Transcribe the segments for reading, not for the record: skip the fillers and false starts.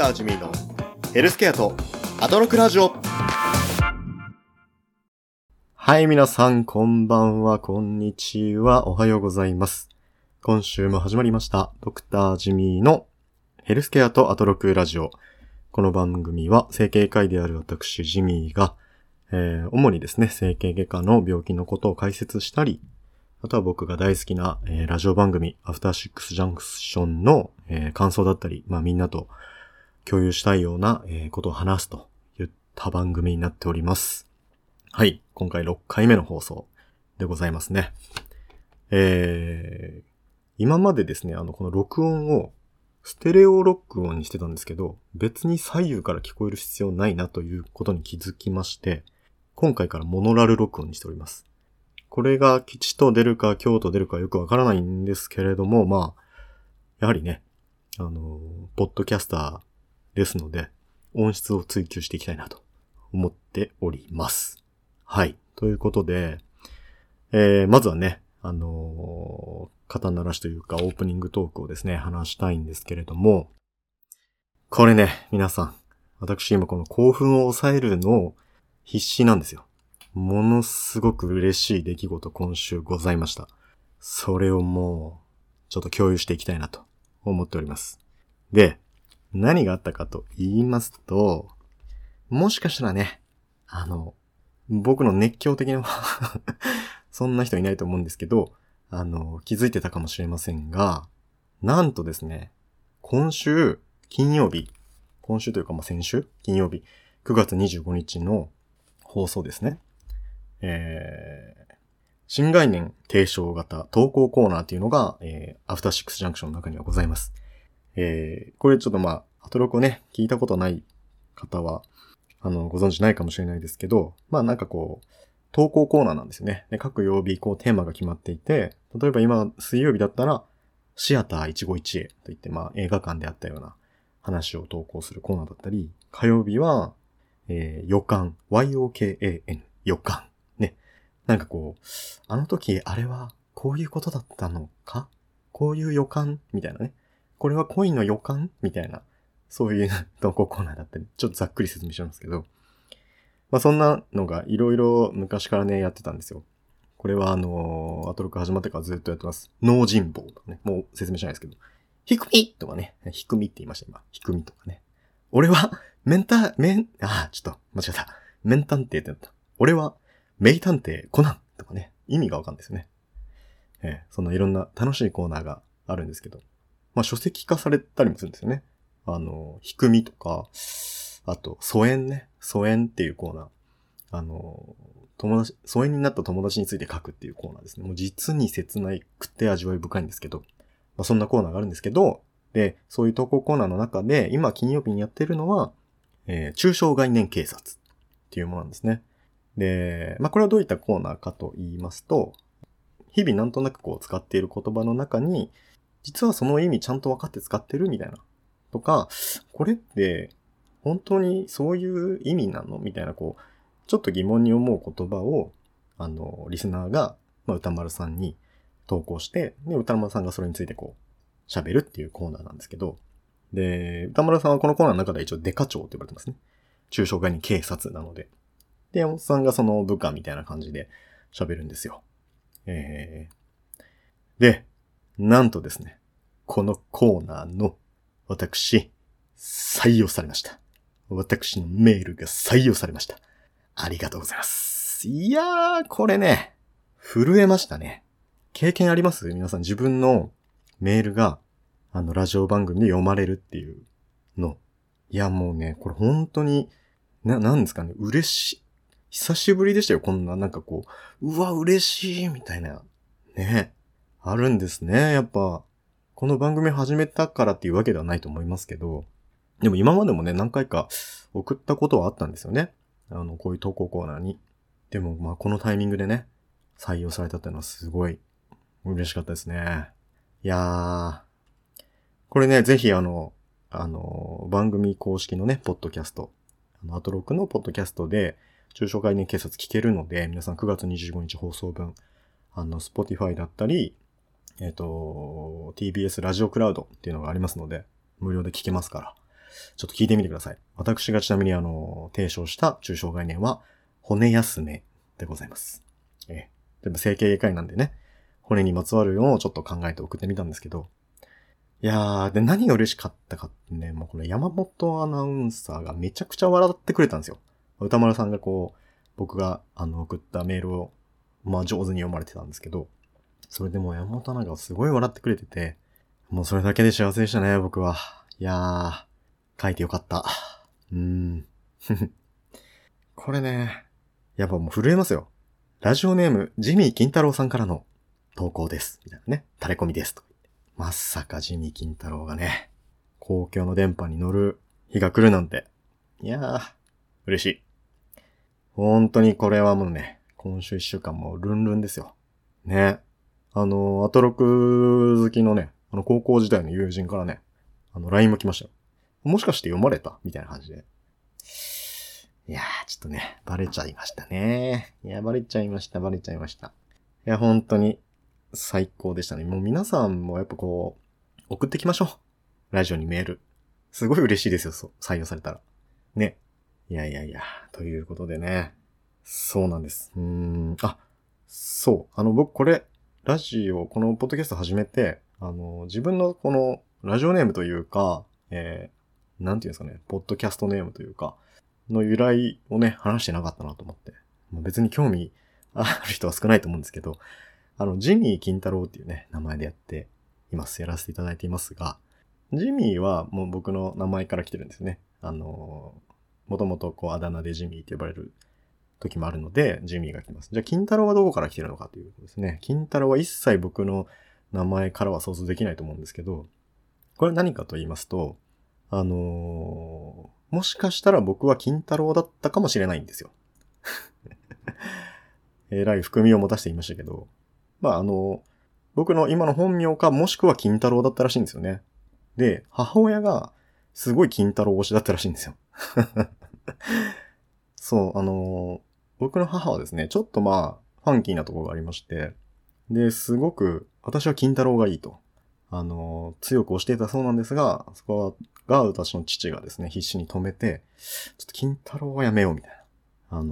タージミーのヘルスケアとアトロクラジオ。はい、皆さんこんばんは、こんにちは、おはようございます。今週も始まりましたドクタージミーのヘルスケアとアトロクラジオ。この番組は整形外科医である私ジミーが、主にですね、整形外科の病気のことを解説したり、あとは僕が大好きな、ラジオ番組アフターシックスジャンクションの、感想だったり、みんなと共有したいような、ことを話すといった番組になっております。はい、今回6回目の放送でございますね。今までですね、この録音をステレオ録音にしてたんですけど、別に左右から聞こえる必要ないなということに気づきまして、今回からモノラル録音にしております。これが吉と出るか凶と出るかよくわからないんですけれども、やはりね、ポッドキャスターですので、音質を追求していきたいなと思っております。はい。ということで、まずはね、肩慣らしというかオープニングトークをですね、話したいんですけれども、これね、皆さん、私今この興奮を抑えるのを必死なんですよ。ものすごく嬉しい出来事今週ございました。それをもう、ちょっと共有していきたいなと思っております。で、何があったかと言いますと、もしかしたらね、僕の熱狂的なそんな人いないと思うんですけど、気づいてたかもしれませんが、なんとですね、今週金曜日、今週というか先週金曜日、9月25日の放送ですね。新概念提唱型投稿コーナーっていうのが、アフターシックスジャンクションの中にはございます。これちょっとアトロクをね、聞いたことない方は、ご存知ないかもしれないですけど、投稿コーナーなんですよね。で、各曜日、テーマが決まっていて、例えば今、水曜日だったら、シアター一期一会といって、映画館であったような話を投稿するコーナーだったり、火曜日は、予感、YOKAN、予感。ね。あの時、あれは、こういうことだったのか？こういう予感みたいなね。これは恋の予感みたいな、そういう投稿コーナーだったり、ちょっとざっくり説明しますけど、そんなのがいろいろ昔からね、やってたんですよ。これはアトロク始まってからずっとやってます。脳人坊とかね、もう説明しないですけど、ひくみとかね、ひくみって言いました、今。ひくみとかね。俺は、ちょっと、間違えた。名探偵ってなった。俺は、名探偵コナンとかね、意味がわかんないですよね。そんないろんな楽しいコーナーがあるんですけど、書籍化されたりもするんですよね。ひくみとか、あと、疎遠ね。疎遠っていうコーナー。疎遠になった友達について書くっていうコーナーですね。もう実に切ないくて味わい深いんですけど、そんなコーナーがあるんですけど、で、そういう投稿コーナーの中で、今金曜日にやってるのは、抽象概念警察っていうものなんですね。で、これはどういったコーナーかと言いますと、日々なんとなく使っている言葉の中に、実はその意味ちゃんと分かって使ってるみたいな。とか、これって、本当にそういう意味なのみたいな、ちょっと疑問に思う言葉を、リスナーが、歌丸さんに投稿して、で、歌丸さんがそれについて喋るっていうコーナーなんですけど、で、歌丸さんはこのコーナーの中で一応デカ長って呼ばれてますね。抽象概念警察なので。で、山本さんがその部下みたいな感じで喋るんですよ。で、なんとですね、このコーナーの私、採用されました。私のメールが採用されました。ありがとうございます。いやー、これね、震えましたね。経験あります？皆さん自分のメールが、ラジオ番組で読まれるっていうの。いや、もうね、これ本当に、なんですかね、嬉しい。久しぶりでしたよ、こんな、うわ、嬉しい、みたいな。ね。あるんですね、やっぱ。この番組始めたからっていうわけではないと思いますけど、でも今までもね、何回か送ったことはあったんですよね。こういう投稿コーナーに。でもこのタイミングでね、採用されたっていうのはすごい嬉しかったですね。いやー、これね、ぜひ番組公式のね、ポッドキャスト、アトロックのポッドキャストで、抽象概念警察聞けるので、皆さん9月25日放送分、Spotify だったり、TBS ラジオクラウドっていうのがありますので、無料で聞けますから。 ちょっと聞いてみてください。私がちなみに提唱した抽象概念は、骨休めでございます。全部整形外科医なんでね、骨にまつわるのをちょっと考えて送ってみたんですけど、いやー、で、何が嬉しかったかってね、もうこの山本アナウンサーがめちゃくちゃ笑ってくれたんですよ。歌丸さんが僕が送ったメールを、上手に読まれてたんですけど、それでもう山本アナがすごい笑ってくれてて、もうそれだけで幸せでしたね、僕は。いやー、書いてよかった。これね、やっぱもう震えますよ。ラジオネーム、ジミー金太郎さんからの投稿です。みたいなね。垂れ込みです。とまさかジミー金太郎がね、公共の電波に乗る日が来るなんて。いやー、嬉しい。本当にこれはもうね、今週一週間もルンルンですよ。ね。アトロク好きのね、高校時代の友人からね、LINE も来ましたよ。もしかして読まれたみたいな感じで。いやー、ちょっとね、バレちゃいましたね。いや、バレちゃいました。いや、本当に最高でしたね。もう皆さんもやっぱ送ってきましょう。ラジオにメール。すごい嬉しいですよ、採用されたら。ね。いや、ということでね。そうなんです。そう。僕これ、ラジオ、このポッドキャスト始めて、自分のこのラジオネームというか、なんていうんですかね、ポッドキャストネームというか、の由来をね、話してなかったなと思って。別に興味ある人は少ないと思うんですけど、ジミー金太郎っていうね、名前でやらせていただいていますが、ジミーはもう僕の名前から来てるんですね。もともとあだ名でジミーって呼ばれる時もあるので、ジミーが来ます。じゃあ、金太郎はどこから来てるのかということですね。金太郎は一切僕の名前からは想像できないと思うんですけど、これ何かと言いますと、もしかしたら僕は金太郎だったかもしれないんですよ。えらい含みを持たせて言いましたけど、僕の今の本名かもしくは金太郎だったらしいんですよね。で、母親がすごい金太郎推しだったらしいんですよ。そう、僕の母はですね、ちょっとファンキーなところがありまして、で、すごく私は金太郎がいいと。強く推していたそうなんですが、そこが私の父がですね、必死に止めて、ちょっと金太郎はやめようみたいな。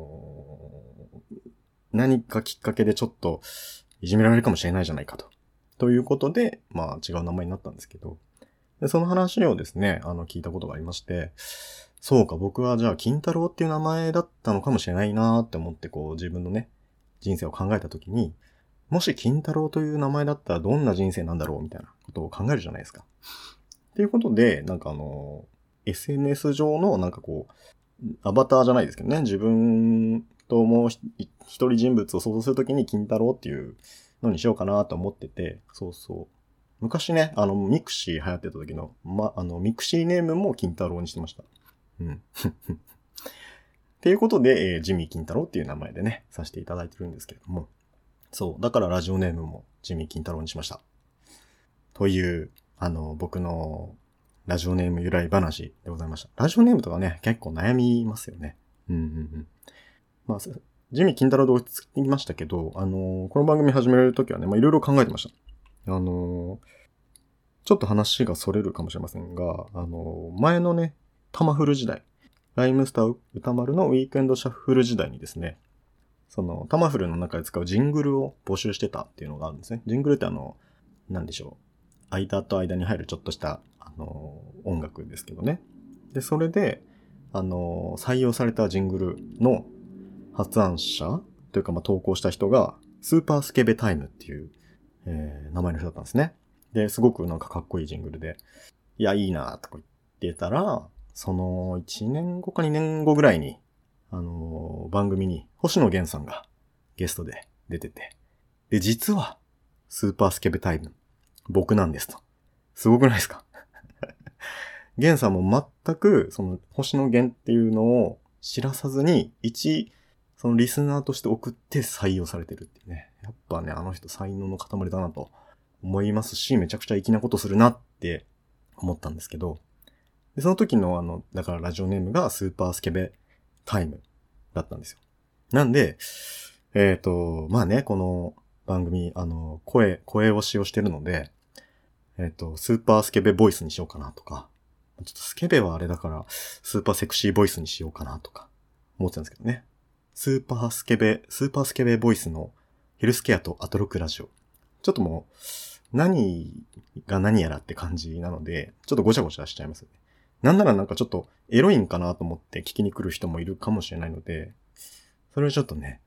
何かきっかけでちょっといじめられるかもしれないじゃないかと。ということで、違う名前になったんですけど、でその話をですね、聞いたことがありまして、そうか、僕はじゃあ金太郎っていう名前だったのかもしれないなーって思って自分のね、人生を考えたときに、もし金太郎という名前だったらどんな人生なんだろうみたいなことを考えるじゃないですか。っていうことで、SNS 上のアバターじゃないですけどね、自分ともう一人人物を想像するときに金太郎っていうのにしようかなと思ってて、そうそう。昔ね、ミクシー流行ってた時の、ミクシーネームも金太郎にしてました。うん。っていうことで、ジミー金太郎っていう名前でね、させていただいてるんですけれども。そう。だからラジオネームもジミー金太郎にしました。という、僕のラジオネーム由来話でございました。ラジオネームとかね、結構悩みますよね。ジミー金太郎で落ち着きましたけど、この番組始めるときはね、いろいろ考えてました。ちょっと話がそれるかもしれませんが、前のね、タマフル時代、ライムスター歌丸のウィークエンドシャッフル時代にですね、タマフルの中で使うジングルを募集してたっていうのがあるんですね。ジングルってなんでしょう。間と間に入るちょっとした、音楽ですけどね。で、それで、採用されたジングルの発案者というか、投稿した人が、スーパースケベタイムっていう、名前の人だったんですね。で、すごくかっこいいジングルで、いや、いいなとか言ってたら、その1年後か2年後ぐらいに、番組に星野源さんがゲストで出てて、で、実は、スーパースケベタイム、僕なんですと。すごくないですか？源さんも全く、星野源っていうのを知らさずに、そのリスナーとして送って採用されてるっていうね。やっぱね、あの人才能の塊だなと思いますし、めちゃくちゃ粋なことするなって思ったんですけど、でその時のだからラジオネームがスーパースケベタイムだったんですよ。なんで、この番組、声を使用してるので、スーパースケベボイスにしようかなとか、 ちょっとスケベはあれだから、スーパーセクシーボイスにしようかなとか、思ってたんですけどね。スーパースケベボイスのヘルスケアとアトロクラジオ。ちょっともう、何が何やらって感じなので、ちょっとごちゃごちゃしちゃいますよね。なんならなんかちょっとエロいんかなと思って聞きに来る人もいるかもしれないので、それをちょっとね、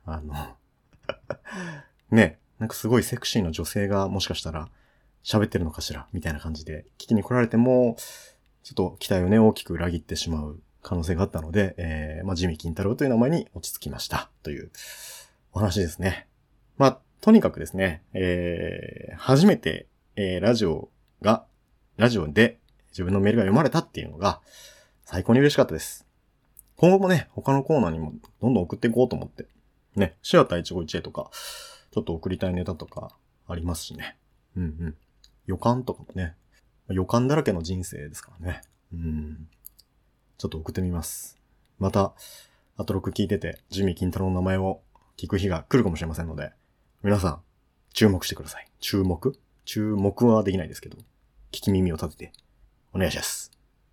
ね、なんかすごいセクシーな女性がもしかしたら喋ってるのかしらみたいな感じで聞きに来られても、ちょっと期待をね、大きく裏切ってしまう可能性があったので、ジミー金太郎という名前に落ち着きましたというお話ですね。とにかくですね、初めて、ラジオで自分のメールが読まれたっていうのが最高に嬉しかったです。今後もね、他のコーナーにもどんどん送っていこうと思って。ね、シアター151へとか、ちょっと送りたいネタとかありますしね。予感とかもね。予感だらけの人生ですからね。ちょっと送ってみます。また、アトロク聞いてて、ジミー金太郎の名前を聞く日が来るかもしれませんので、皆さん、注目してください。注目はできないですけど、聞き耳を立てて、お願いします。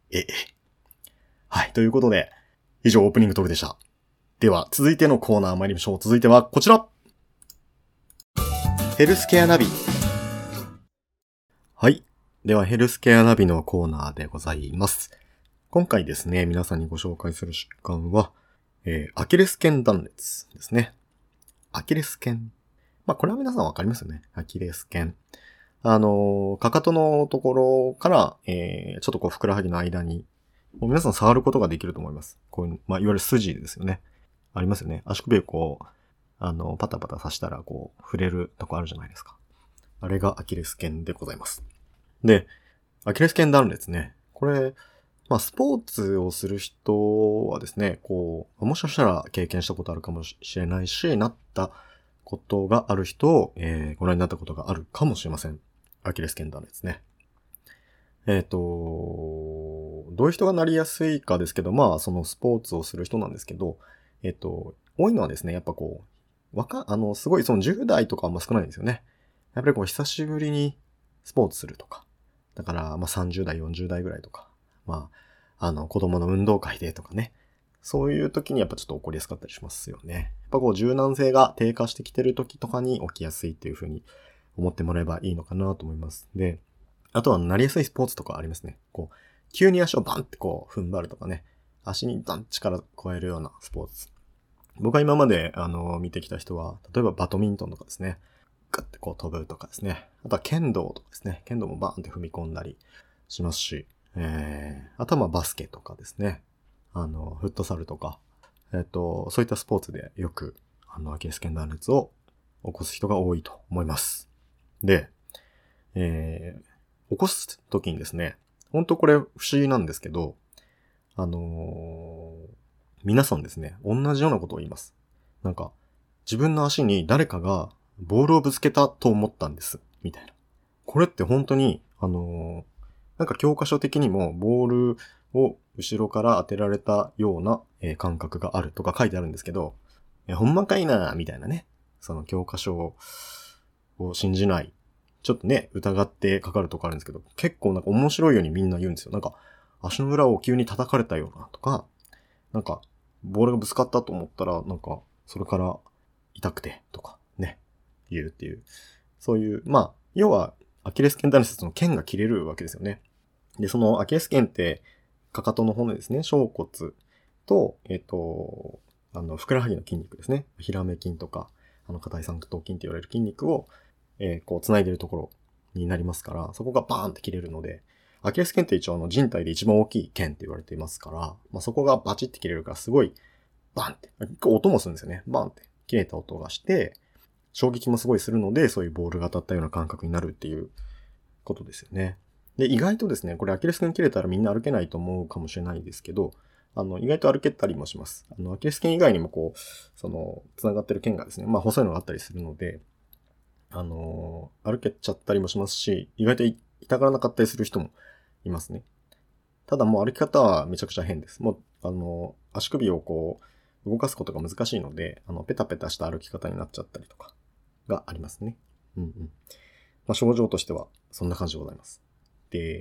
はい、ということで、以上オープニングトークでした。では、続いてのコーナー参りましょう。続いてはこちら。ヘルスケアナビ。はい。では、ヘルスケアナビのコーナーでございます。今回ですね、皆さんにご紹介する疾患は、アキレス腱断裂ですね。アキレス腱。これは皆さんわかりますよね。アキレス腱。かかとのところから、ちょっとこう、ふくらはぎの間に、皆さん触ることができると思います。こういう、いわゆる筋ですよね。ありますよね。足首をこう、パタパタさしたら、こう、触れるとこあるじゃないですか。あれがアキレス腱でございます。で、アキレス腱断裂ね。これ、スポーツをする人はですね、こう、もしかしたら経験したことあるかもしれないし、なったことがある人を、ご覧になったことがあるかもしれません。アキレス腱断裂ね。どういう人がなりやすいかですけど、そのスポーツをする人なんですけど、多いのはですね、やっぱこう、すごいその10代とかは少ないんですよね。やっぱりこう、久しぶりにスポーツするとか。だから、30代、40代ぐらいとか。子供の運動会でとかね。そういう時にやっぱちょっと起こりやすかったりしますよね。やっぱこう、柔軟性が低下してきてる時とかに起きやすいっていう風に思ってもらえばいいのかなと思います。で、あとはなりやすいスポーツとかありますね。こう、急に足をバンってこう踏ん張るとかね。足にダン力加えるようなスポーツ。僕が今まで見てきた人は、例えばバドミントンとかですね。ガッてこう飛ぶとかですね。あとは剣道とかですね。剣道もバーンって踏み込んだりしますし。あとはバスケとかですね。フットサルとか。そういったスポーツでよく、アキレス腱断裂を起こす人が多いと思います。で、起こすときにですね、本当これ不思議なんですけど、皆さんですね、同じようなことを言います。なんか、自分の足に誰かがボールをぶつけたと思ったんです。みたいな。これって本当に、なんか教科書的にもボールを後ろから当てられたような、感覚があるとか書いてあるんですけど、ほんまかいなみたいなね。その教科書を信じない。ちょっとね、疑ってかかるとこあるんですけど、結構なんか面白いようにみんな言うんですよ。なんか、足の裏を急に叩かれたようなとか、なんか、ボールがぶつかったと思ったら、なんか、それから痛くてとか、ね、言うっていう。そういう、要は、アキレス腱断裂の腱が切れるわけですよね。で、そのアキレス腱って、かかとの骨ですね、小骨と、ふくらはぎの筋肉ですね。ヒラメ筋とか、硬い三頭筋って言われる筋肉を、こう、繋いでるところになりますから、そこがバーンって切れるので、アキレス腱って一応人体で一番大きい腱って言われていますから、そこがバチって切れるからすごい、バンって、結構音もするんですよね。バンって切れた音がして、衝撃もすごいするので、そういうボールが当たったような感覚になるっていうことですよね。で、意外とですね、これアキレス腱切れたらみんな歩けないと思うかもしれないですけど、意外と歩けたりもします。アキレス腱以外にもこう、繋がってる腱がですね、細いのがあったりするので、歩けちゃったりもしますし、意外と痛がらなかったりする人もいますね。ただもう歩き方はめちゃくちゃ変です。もう、足首をこう、動かすことが難しいので、ペタペタした歩き方になっちゃったりとか、がありますね。症状としては、そんな感じでございます。で、じゃ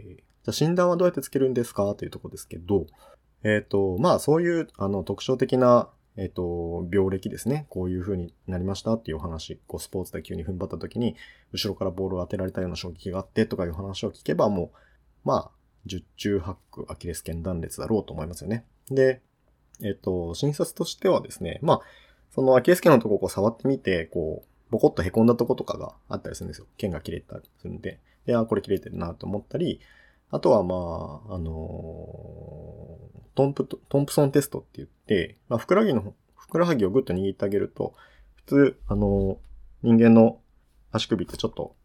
じゃあ診断はどうやってつけるんですかというところですけど、まあそういう特徴的な、病歴ですね。こういう風になりましたっていうお話、こうスポーツで急に踏ん張った時に、後ろからボールを当てられたような衝撃があってとかいう話を聞けばもう、まあ、十中八九アキレス腱断裂だろうと思いますよね。で、診察としてはですね、まあ、そのアキレス腱のところをこう触ってみて、こう、ボコッと凹んだとことかがあったりするんですよ。腱が切れたりするんで。で、これ切れてるなと思ったり、あとはまあ、トンプソンテストって言って、まあ、ふくらはぎをぐっと握ってあげると、普通、人間の足首ってちょっと、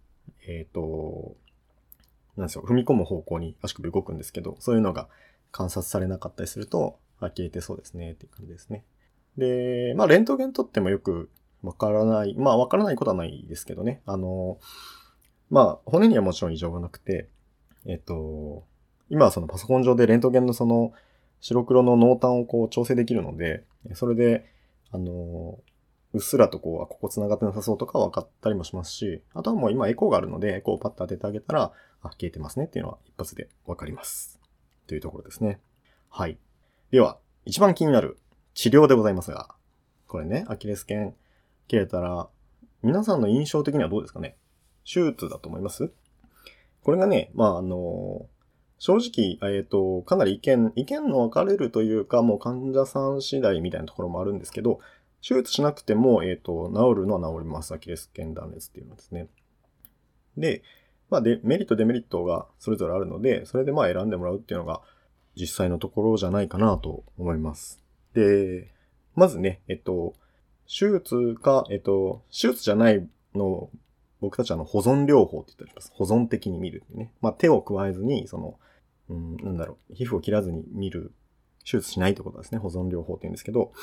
なんですよ、踏み込む方向に足首動くんですけど、そういうのが観察されなかったりすると、消えてそうですね、っていう感じですね。で、まあ、レントゲン撮ってもよくわからない、まあ、わからないことはないですけどね。まあ、骨にはもちろん異常がなくて、今はそのパソコン上でレントゲンのその白黒の濃淡をこう調整できるので、それで、うっすらとここ繋がってなさそうとか分かったりもしますし、あとはもう今エコーがあるので、エコーをパッと当ててあげたら、消えてますねっていうのは一発で分かります。というところですね。はい。では、一番気になる治療でございますが、これね、アキレス腱切れたら、皆さんの印象的にはどうですかね？手術だと思います？これがね、まあ、正直、かなり意見の分かれるというか、もう患者さん次第みたいなところもあるんですけど、手術しなくても、治るのは治ります。アキレス腱断裂っていうのはですね。で、まあ、メリット、デメリットがそれぞれあるので、それでまあ選んでもらうっていうのが実際のところじゃないかなと思います。で、まずね、手術か、手術じゃないのを僕たちは保存療法って言ったりします。保存的に見るってね。まあ、手を加えずに、皮膚を切らずに見る、手術しないってことですね。保存療法って言うんですけど、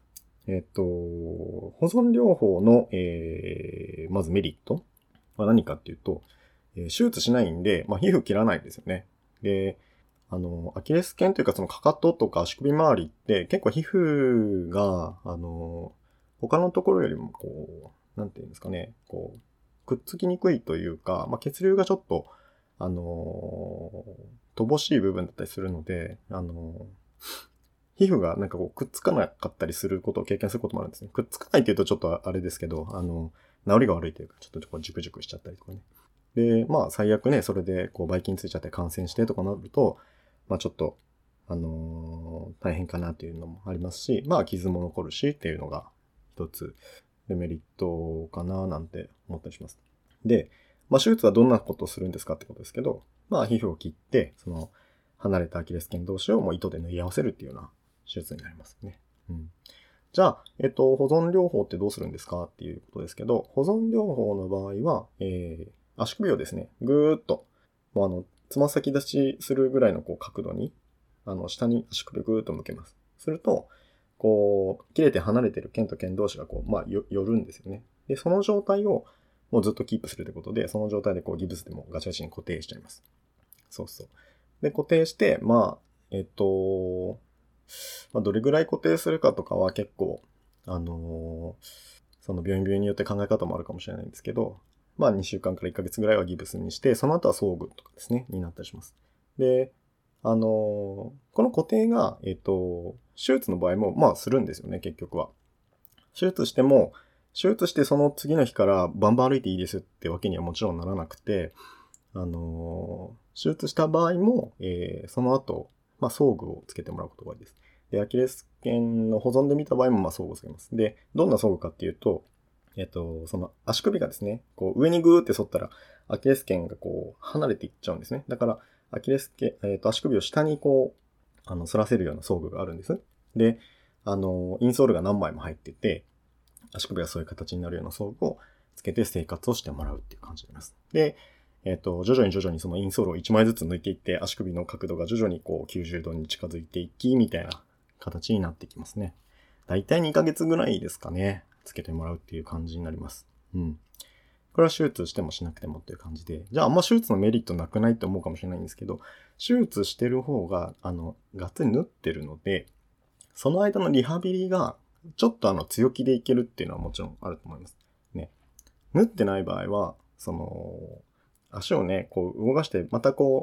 保存療法の、まずメリットは何かっていうと、手術しないんで、まあ、皮膚切らないですよね。で、アキレス腱というかそのかかととか足首周りって結構皮膚が、他のところよりもこう、なんていうんですかね、こう、くっつきにくいというか、まあ、血流がちょっと、乏しい部分だったりするので、皮膚がなんかこうくっつかなかったりすることを経験することもあるんですね。くっつかないっていうとちょっとあれですけど、治りが悪いというか、ちょっとこうジュクジュクしちゃったりとかね。で、まあ最悪ね、それでこうばい菌ついちゃって感染してとかなると、まあちょっと、大変かなというのもありますし、まあ傷も残るしっていうのが一つデメリットかななんて思ったりします。で、まあ手術はどんなことをするんですかってことですけど、まあ皮膚を切って、その離れたアキレス腱同士をもう糸で縫い合わせるっていうような手術になりますね。うん。じゃあ、保存療法ってどうするんですかっていうことですけど、保存療法の場合は、足首をですね、ぐーっと、もうつま先立ちするぐらいのこう角度に、下に足首をぐーっと向けます。すると、こう、切れて離れてる腱と腱同士がこう、まあ、寄るんですよね。で、その状態をもうずっとキープするということで、その状態でこう、ギブスでもガチガチに固定しちゃいます。そうそう。で、固定して、まあ、まあ、どれぐらい固定するかとかは結構、その病院によって考え方もあるかもしれないんですけど、まあ2週間から1ヶ月ぐらいはギブスにして、その後は装具とかですね、になったりします。で、この固定が、手術の場合も、まあするんですよね、結局は。手術しても、手術してその次の日からバンバン歩いていいですってわけにはもちろんならなくて、手術した場合も、その後、まあ、装具をつけてもらうことが多いです。で、アキレス腱の保存で見た場合も、まあ、装具をつけます。で、どんな装具かっていうと、その足首がですね、こう上にグーって反ったら、アキレス腱がこう離れていっちゃうんですね。だから、アキレス腱、足首を下にこう、反らせるような装具があるんです。で、インソールが何枚も入ってて、足首がそういう形になるような装具をつけて生活をしてもらうっていう感じになります。で、徐々にそのインソールを1枚ずつ抜いていって、足首の角度が徐々にこう90度に近づいていき、みたいな形になってきますね。だいたい2ヶ月ぐらいですかね。つけてもらうっていう感じになります。うん。これは手術してもしなくてもっていう感じで。じゃああんま手術のメリットなくないって思うかもしれないんですけど、手術してる方が、がっつり縫ってるので、その間のリハビリが、ちょっと強気でいけるっていうのはもちろんあると思います。ね。縫ってない場合は、足をね、こう動かして、またこう、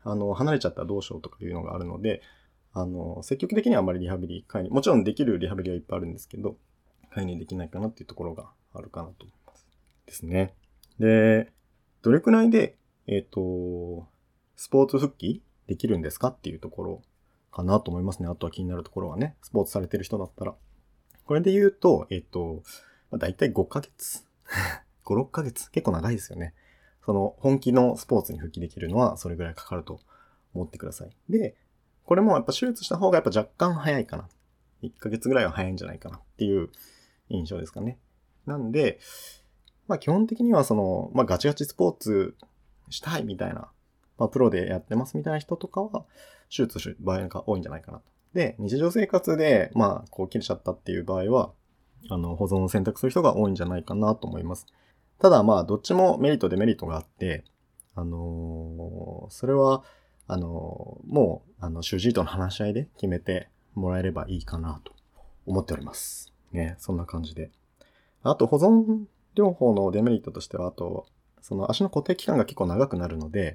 離れちゃったらどうしようとかいうのがあるので、積極的にはあまりリハビリ介入、もちろんできるリハビリはいっぱいあるんですけど、介入できないかなっていうところがあるかなと思います。ですね。で、どれくらいで、スポーツ復帰できるんですかっていうところかなと思いますね。あとは気になるところはね、スポーツされてる人だったら。これで言うと、だいたい5ヶ月5、6ヶ月結構長いですよね。その本気のスポーツに復帰できるのはそれぐらいかかると思ってください。で、これもやっぱ手術した方がやっぱ若干早いかな。1ヶ月ぐらいは早いんじゃないかなっていう印象ですかね。なんで、基本的にはガチガチスポーツしたいみたいな、プロでやってますみたいな人とかは、手術する場合が多いんじゃないかなと。で、日常生活で、切れちゃったっていう場合は、保存を選択する人が多いんじゃないかなと思います。ただどっちもメリットデメリットがあって、それは、もう、主治医との話し合いで決めてもらえればいいかなと思っております。ね、そんな感じで。あと、保存療法のデメリットとしては、あと、その足の固定期間が結構長くなるので、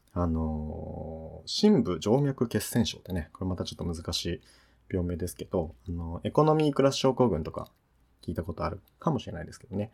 深部静脈血栓症ってね、これまたちょっと難しい病名ですけど、エコノミークラス症候群とか聞いたことあるかもしれないですけどね。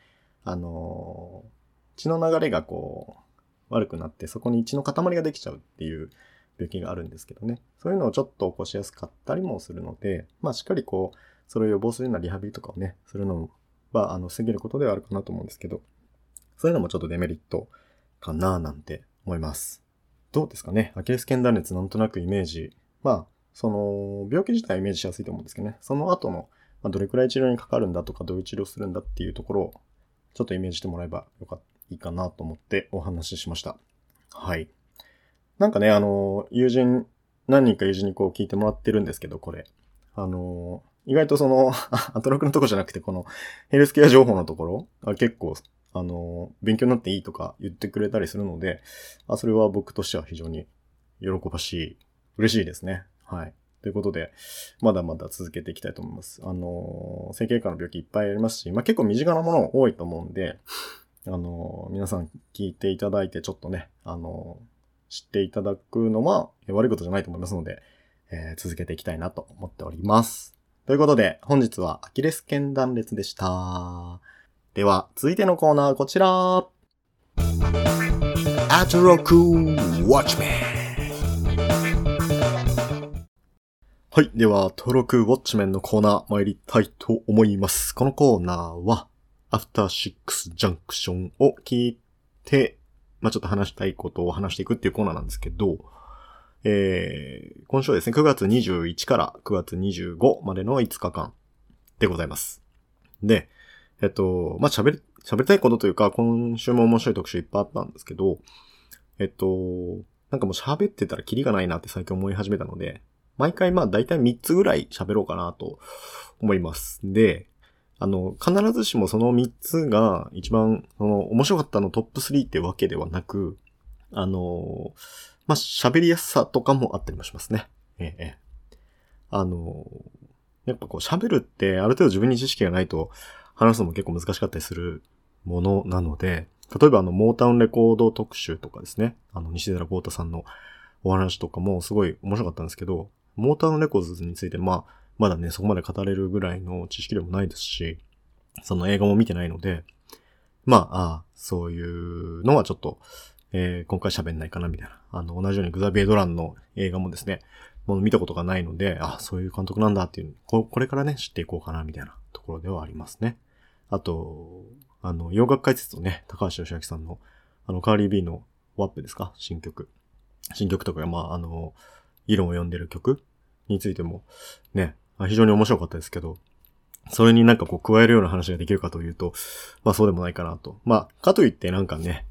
血の流れが悪くなって、そこに血の塊ができちゃうっていう病気があるんですけどね。そういうのをちょっと起こしやすかったりもするので、しっかりそれを予防するようなリハビリとかをね、するのは、防げることではあるかなと思うんですけど、そういうのもちょっとデメリットかななんて思います。どうですかね。アキレス腱断裂なんとなくイメージ。その、病気自体はイメージしやすいと思うんですけどね。その後の、どれくらい治療にかかるんだとか、どういう治療するんだっていうところを、ちょっとイメージしてもらえばいいかなと思ってお話ししました。はい。なんかね、何人か友人に聞いてもらってるんですけど、これ。意外とアトロクのとこじゃなくて、このヘルスケア情報のところ、結構、勉強になっていいとか言ってくれたりするので、それは僕としては非常に喜ばしい、嬉しいですね。はい。ということで、まだまだ続けていきたいと思います。整形外科の病気いっぱいありますし、結構身近なもの多いと思うんで、皆さん聞いていただいてちょっとね、知っていただくのは悪いことじゃないと思いますので、続けていきたいなと思っております。ということで、本日はアキレス腱断裂でした。では、続いてのコーナーこちら。アトロクウォッチメン。はい。では、アトロクウォッチメンのコーナー参りたいと思います。このコーナーは、アフターシックスジャンクションを聞いて、ちょっと話したいことを話していくっていうコーナーなんですけど、今週はですね、9月21から9月25までの5日間でございます。で、喋りたいことというか、今週も面白い特集いっぱいあったんですけど、なんかもう喋ってたらキリがないなって最近思い始めたので、毎回だいたい3つぐらい喋ろうかなと思います。で、必ずしもその3つが一番、面白かったのトップ3ってわけではなく、喋りやすさとかもあったりもしますね。やっぱ喋るってある程度自分に知識がないと話すのも結構難しかったりするものなので、例えばモータウンレコード特集とかですね、西寺豪太さんのお話とかもすごい面白かったんですけど、モータウンレコーズについてまだね、そこまで語れるぐらいの知識でもないですし、その映画も見てないので、そういうのはちょっと、今回喋んないかなみたいな。同じようにグザビエ・ドランの映画もですね、もう見たことがないので、そういう監督なんだっていう、これからね、知っていこうかなみたいなところではありますね。あと、洋楽解説とね、高橋義明さんの、カーリー B のワップですか？新曲とか、議論を読んでる曲についても、ね、非常に面白かったですけど、それになんか加えるような話ができるかというと、そうでもないかなと。かといってなんかね、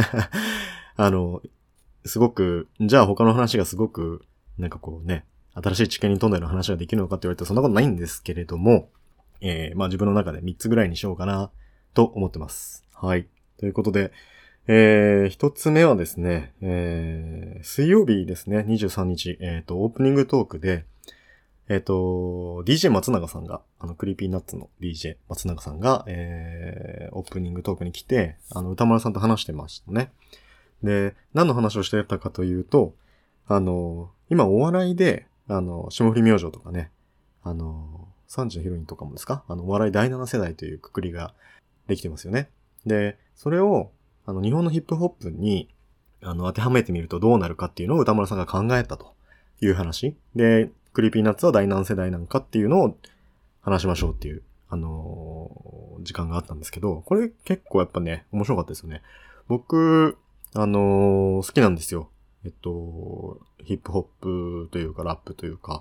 すごく、じゃあ他の話がすごく、なんか新しい知見に富んだような話ができるのかって言われるとそんなことないんですけれども、自分の中で3つぐらいにしようかなと思ってます。はい。ということで、1つ目はですね、水曜日ですね、23日、オープニングトークで、DJ 松永さんが、クリーピーナッツの DJ 松永さんが、オープニングトークに来て、歌丸さんと話してましたね。で、何の話をしてたかというと、 今お笑いで、霜降り明星とかね、3時のヒロインとかもですか、お笑い第7世代というくくりができてますよね。で、それを、日本のヒップホップに、当てはめてみるとどうなるかっていうのを歌丸さんが考えたという話。で、クリーピーナッツは第何世代なんかっていうのを話しましょうっていう、時間があったんですけど、これ結構やっぱね、面白かったですよね。僕、好きなんですよ。ヒップホップというかラップというか、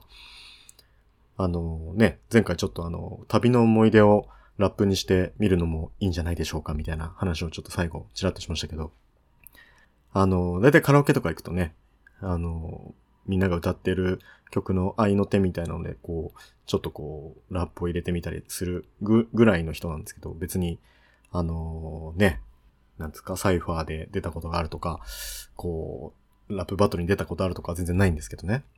前回ちょっと旅の思い出をラップにしてみるのもいいんじゃないでしょうかみたいな話をちょっと最後ちらっとしましたけど、だいたいカラオケとか行くとね、みんなが歌ってる曲の合いの手みたいなので、こう、ちょっとこう、ラップを入れてみたりするぐらいの人なんですけど、別に、なんですか、サイファーで出たことがあるとか、こう、ラップバトルに出たことあるとかは全然ないんですけどね。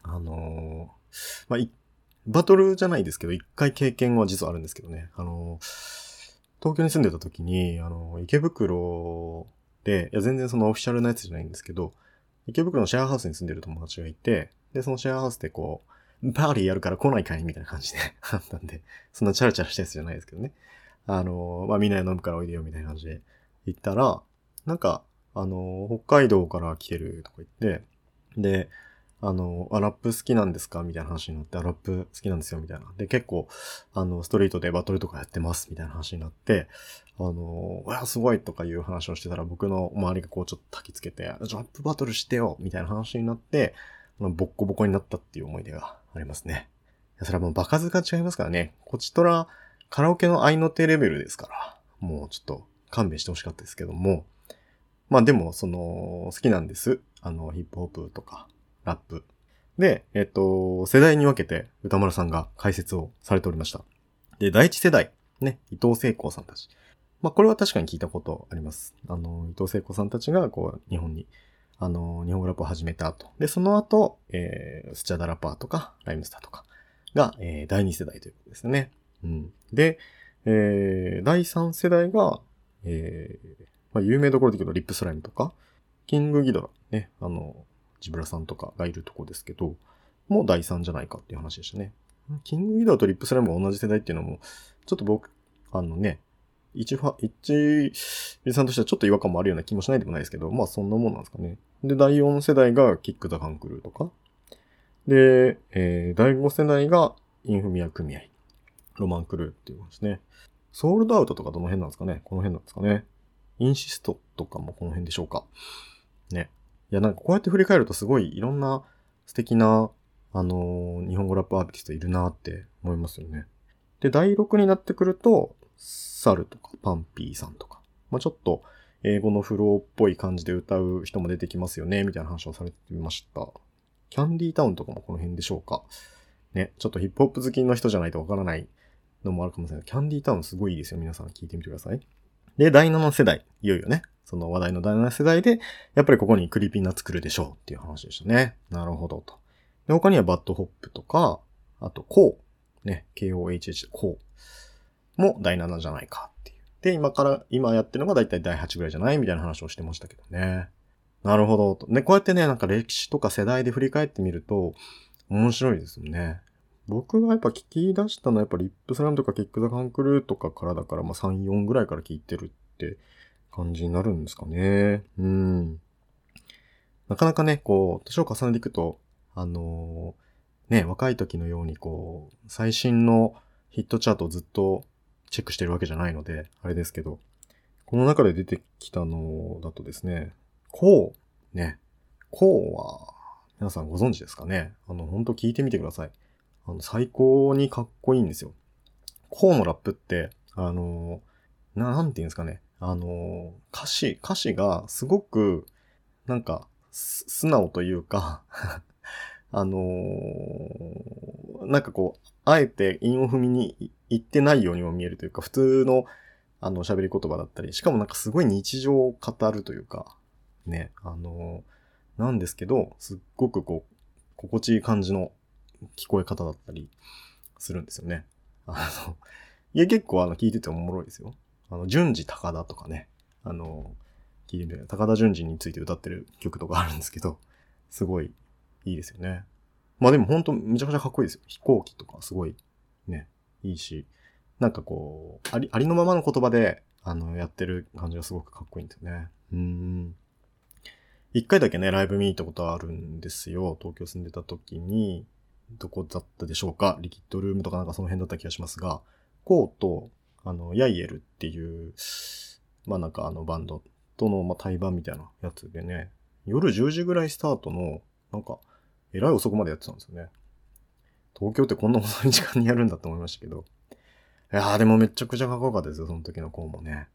バトルじゃないですけど、一回経験は実はあるんですけどね。東京に住んでた時に、池袋で、いや全然そのオフィシャルなやつじゃないんですけど、池袋のシェアハウスに住んでる友達がいて、で、そのシェアハウスでこう、パーティーやるから来ないかいみたいな感じであったんで、そんなチャラチャラしたやつじゃないですけどね。みんなで飲むからおいでよみたいな感じで行ったら、なんか、北海道から来てるとか言って、で、ラップ好きなんですかみたいな話になって、ラップ好きなんですよみたいな。で、結構、ストリートでバトルとかやってますみたいな話になって、すごいとかいう話をしてたら、僕の周りがこうちょっと焚きつけて、ラップバトルしてよみたいな話になって、ボッコボコになったっていう思い出がありますね。それはもう場数が違いますからね。こちとら、カラオケの合いの手レベルですから、もうちょっと勘弁してほしかったですけども、でも、好きなんです。ヒップホップとか、ラップ。で、世代に分けて歌丸さんが解説をされておりました。で、第一世代、ね、伊藤聖子さんたち。これは確かに聞いたことあります。伊藤聖子さんたちが、こう、日本に、日本語ラップを始めた後。で、その後、スチャダラパーとか、ライムスターとかが、第二世代ということですね。うん。で、第三世代が、有名どころで言うとリップスライムとか、キングギドラ、ね、ジブラさんとかがいるとこですけど、もう第3じゃないかっていう話でしたね。キングギドラとリップスライムが同じ世代っていうのも、ちょっと僕、一さんとしてはちょっと違和感もあるような気もしないでもないですけど、そんなもんなんですかね。で、第4世代がキック・ザ・カンクルーとか。で、第5世代がインフミア組合。ロマン・クルーっていうことですね。ソールドアウトとかどの辺なんですかね。この辺なんですかね。インシストとかもこの辺でしょうか。ね。いや、なんかこうやって振り返るとすごいいろんな素敵な、日本語ラップアーティストいるなって思いますよね。で、第6になってくると、サルとかパンピーさんとか、ちょっと英語のフローっぽい感じで歌う人も出てきますよね、みたいな話をされてました。キャンディータウンとかもこの辺でしょうか。ね、ちょっとヒップホップ好きの人じゃないとわからないのもあるかもしれない。キャンディータウンすごいいいですよ。皆さん聞いてみてください。で、第7世代。いよいよね。その話題の第7世代で、やっぱりここにクリーピーナッツ来るでしょうっていう話でしたね。なるほどと。で、他にはバッドホップとか、あと、コー。ね。KOHH コーも第7じゃないかっていう。で、今やってるのがだいたい第8ぐらいじゃないみたいな話をしてましたけどね。なるほどと。ね、こうやってね、なんか歴史とか世代で振り返ってみると、面白いですよね。僕がやっぱ聞き出したのはやっぱリップスラムとかキックザカンクルーとかからだから3、4ぐらいから聞いてるって感じになるんですかね。なかなかね、こう、年を重ねていくと、若い時のようにこう、最新のヒットチャートをずっとチェックしてるわけじゃないので、あれですけど、この中で出てきたのだとですね、コーは、皆さんご存知ですかね？ほんと聞いてみてください。最高にかっこいいんですよ。コーのラップって、なんて言うんですかね。歌詞がすごく、なんか、素直というかなんかこう、あえて韻を踏みに行ってないようにも見えるというか、普通の、喋り言葉だったり、しかもなんかすごい日常を語るというか、ね、なんですけど、すっごくこう、心地いい感じの聞こえ方だったりするんですよね。いや、結構聞いてておもろいですよ。順次高田とかね、聞いてみて、高田順次について歌ってる曲とかあるんですけど、すごいいいですよね。まあでもほんとめちゃくちゃかっこいいですよ。飛行機とかすごいね、いいし、なんかこう、ありのままの言葉で、やってる感じがすごくかっこいいんですよね。一回だけね、ライブ見に行ったことあるんですよ。東京住んでた時に、どこだったでしょうか。リキッドルームとかなんかその辺だった気がしますが、コーと、ヤイエルっていう、まあなんかバンドとの、まあ対バンみたいなやつでね、夜10時ぐらいスタートの、なんか、えらい遅くまでやってたんですよね。東京ってこんな遅い時間にやるんだって思いましたけど。いやーでもめちゃくちゃかっこよかったですよ、その時のコーもね。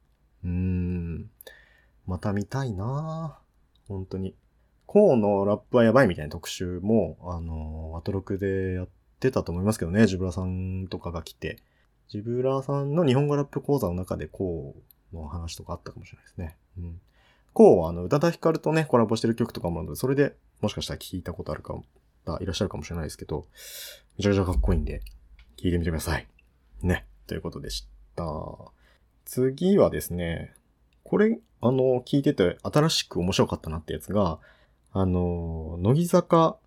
また見たいなぁ。本当に。コーのラップはやばいみたいな特集も、アトロクでやってたと思いますけどね、ジブラさんとかが来て。ジブラさんの日本語ラップ講座の中でコーの話とかあったかもしれないですね。コーは宇多田ヒカルとね、コラボしてる曲とかもあるので、それでもしかしたら聞いたことある方いらっしゃるかもしれないですけど、めちゃくちゃかっこいいんで、聞いてみてください。ね。ということでした。次はですね、これ、聞いてて新しく面白かったなってやつが、乃木坂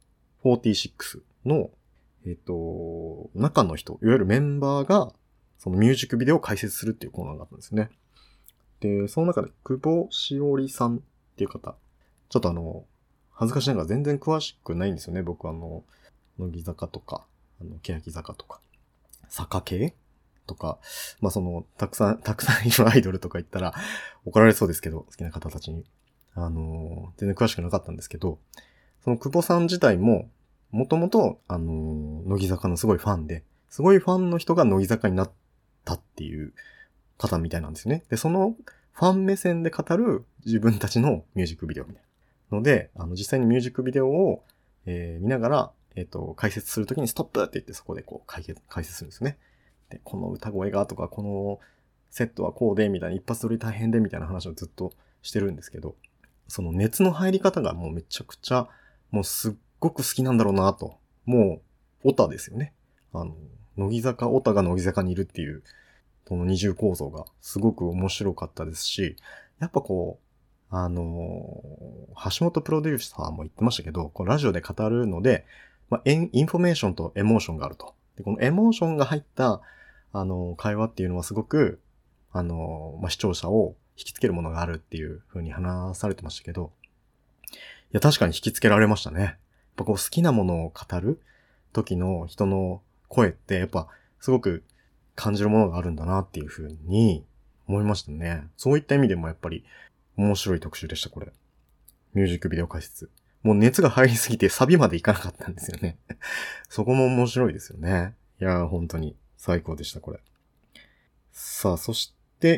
46の、中の人、いわゆるメンバーが、そのミュージックビデオを解説するっていうコーナーがあったんですね。で、その中で、久保しおりさんっていう方、ちょっと恥ずかしながら全然詳しくないんですよね。僕乃木坂とか、欅坂とか、坂系とか、まあ、たくさんいるアイドルとか言ったら怒られそうですけど、好きな方たちに。全然詳しくなかったんですけど、その久保さん自体も、もともと、乃木坂のすごいファンで、すごいファンの人が乃木坂になったっていう方みたいなんですよね。で、そのファン目線で語る自分たちのミュージックビデオみたいなので、実際にミュージックビデオを、見ながら、解説するときにストップって言ってそこでこう解説するんですね。で、この歌声がとか、このセットはこうで、みたいな、一発撮り大変で、みたいな話をずっとしてるんですけど、その熱の入り方がもうめちゃくちゃ、もうすっごく好きなんだろうなと。もう、オタですよね。乃木坂、オタが乃木坂にいるっていう、この二重構造がすごく面白かったですし、やっぱこう、橋本プロデューサーも言ってましたけど、こうラジオで語るので、まあ、インフォメーションとエモーションがあると。で、このエモーションが入った、会話っていうのはすごく、まあ、視聴者を引きつけるものがあるっていう風に話されてましたけど、いや、確かに引きつけられましたね。やっぱこう好きなものを語る時の人の声って、やっぱすごく感じるものがあるんだなっていう風に思いましたね。そういった意味でもやっぱり面白い特集でした、これ。ミュージックビデオ解説。もう熱が入りすぎてサビまでいかなかったんですよね。そこも面白いですよね。いやー、本当に最高でした、これ。さあ、そして、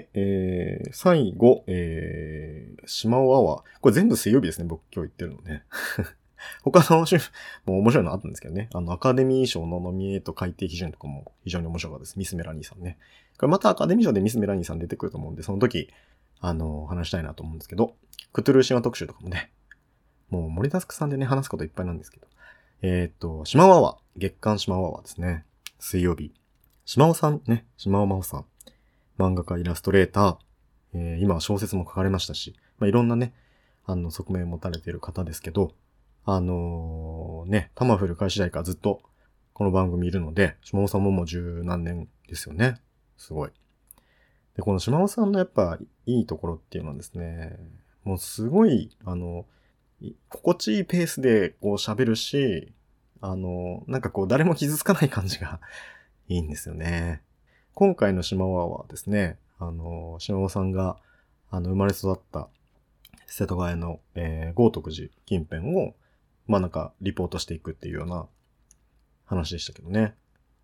最後、島尾アワー。これ全部水曜日ですね、僕今日言ってるのね。他の種も面白いのあったんですけどね。アカデミー賞のノミネート改定基準とかも非常に面白かったです。ミス・メラニーさんね。これまたアカデミー賞でミス・メラニーさん出てくると思うんで、その時、話したいなと思うんですけど、クトゥルー神話特集とかもね、もう盛りだくさんでね、話すこといっぱいなんですけど。島尾アワー。月刊島尾アワーですね。水曜日。島尾さんね、島尾真帆さん。漫画家、イラストレーター、今は小説も書かれましたし、まあ、いろんなね、側面を持たれている方ですけど、タマフル開始時代からずっとこの番組いるので、島尾さんももう十何年ですよね。すごい。で、この島尾さんのやっぱいいところっていうのはですね、もうすごい、心地いいペースでこう喋るし、なんかこう誰も傷つかない感じがいいんですよね。今回の島尾はですね、島尾さんが、生まれ育った瀬戸内の、豪徳寺近辺を、まあなんか、リポートしていくっていうような話でしたけどね。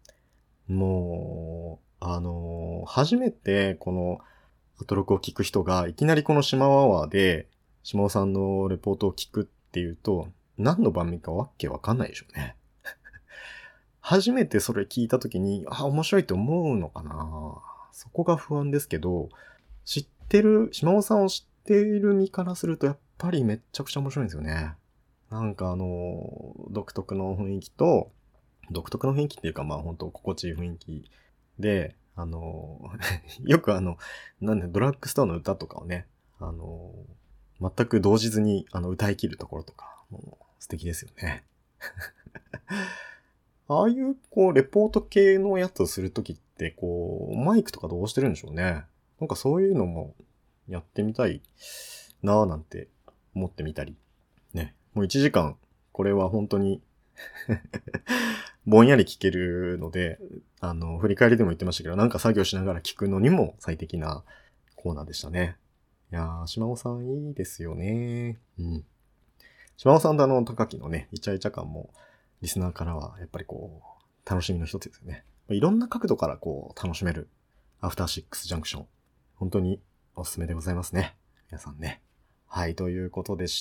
もう、初めてこのアトロクを聞く人が、いきなりこの島尾アワーで、島尾さんのレポートを聞くっていうと、何の番組かわけわかんないでしょうね。初めてそれ聞いたときに、面白いって思うのかな？そこが不安ですけど、島尾さんを知っている身からすると、やっぱりめっちゃくちゃ面白いんですよね。なんか独特の雰囲気っていうか、まあ本当心地いい雰囲気で、よくドラッグストアの歌とかをね、全く動じずに歌い切るところとか、もう素敵ですよね。 ああいう、こう、レポート系のやつをするときって、こう、マイクとかどうしてるんでしょうね。なんかそういうのもやってみたいなぁなんて思ってみたり。ね。もう1時間、これは本当にぼんやり聞けるので、振り返りでも言ってましたけど、なんか作業しながら聞くのにも最適なコーナーでしたね。いやー、島尾さんいいですよね。うん。島尾さんと高木のね、イチャイチャ感も、リスナーからは、やっぱりこう、楽しみの一つですよね。いろんな角度からこう、楽しめる、アフターシックスジャンクション。本当におすすめでございますね。皆さんね。はい、ということでした。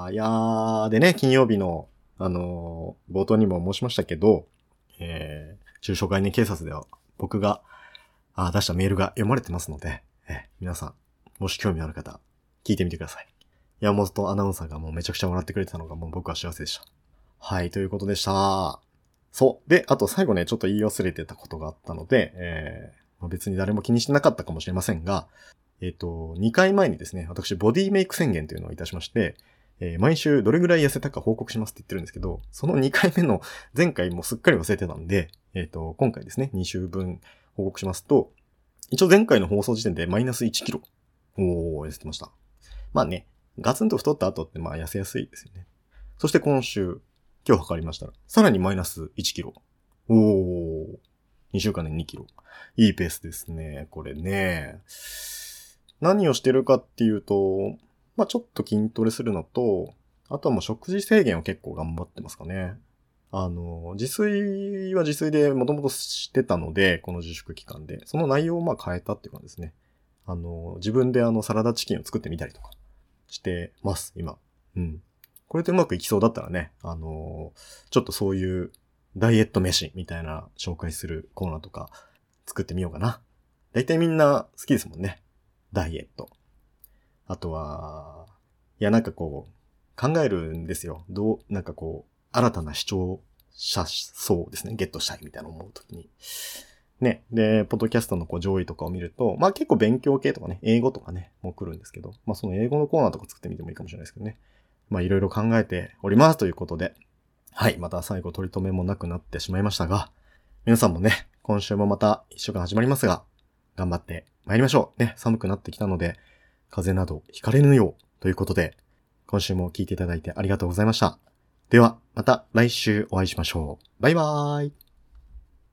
いやー、でね、金曜日の、冒頭にも申しましたけど、中小概念警察では僕が出したメールが読まれてますので、皆さん、もし興味ある方、聞いてみてください。山本アナウンサーがもうめちゃくちゃ笑ってくれてたのがもう僕は幸せでした。はい、ということでした。そう。で、あと最後ね、ちょっと言い忘れてたことがあったので、別に誰も気にしてなかったかもしれませんが、2回前にですね、私、ボディメイク宣言というのをいたしまして、毎週どれぐらい痩せたか報告しますって言ってるんですけど、その2回目の前回もすっかり忘れてたんで、今回ですね、2週分報告しますと、一応前回の放送時点でマイナス1キロ。痩せてました。まあね、ガツンと太った後ってまあ痩せやすいですよね。そして今日測りましたら、さらにマイナス1キロ。2週間で2キロ。いいペースですね、これね。何をしてるかっていうと、まあちょっと筋トレするのと、あとはもう食事制限を結構頑張ってますかね。自炊は自炊でもともとしてたので、この自粛期間で、その内容をまあ変えたっていう感じですね。自分でサラダチキンを作ってみたりとかしてます、今。うん。これでうまくいきそうだったらね、ちょっとそういうダイエット飯みたいな紹介するコーナーとか作ってみようかな。だいたいみんな好きですもんね。ダイエット。あとは、いやなんかこう、考えるんですよ。なんかこう、新たな視聴者層ですね。ゲットしたいみたいな思うときに。ね。で、ポッドキャストのこう上位とかを見ると、まあ結構勉強系とかね、英語とかね、もう来るんですけど、まあその英語のコーナーとか作ってみてもいいかもしれないですけどね。まあいろいろ考えておりますということで、はい。また最後取り留めもなくなってしまいましたが、皆さんもね、今週もまた一週間始まりますが、頑張って参りましょう。ね、寒くなってきたので、風邪などひかれぬようということで、今週も聞いていただいてありがとうございました。では、また来週お会いしましょう。バイバーイ。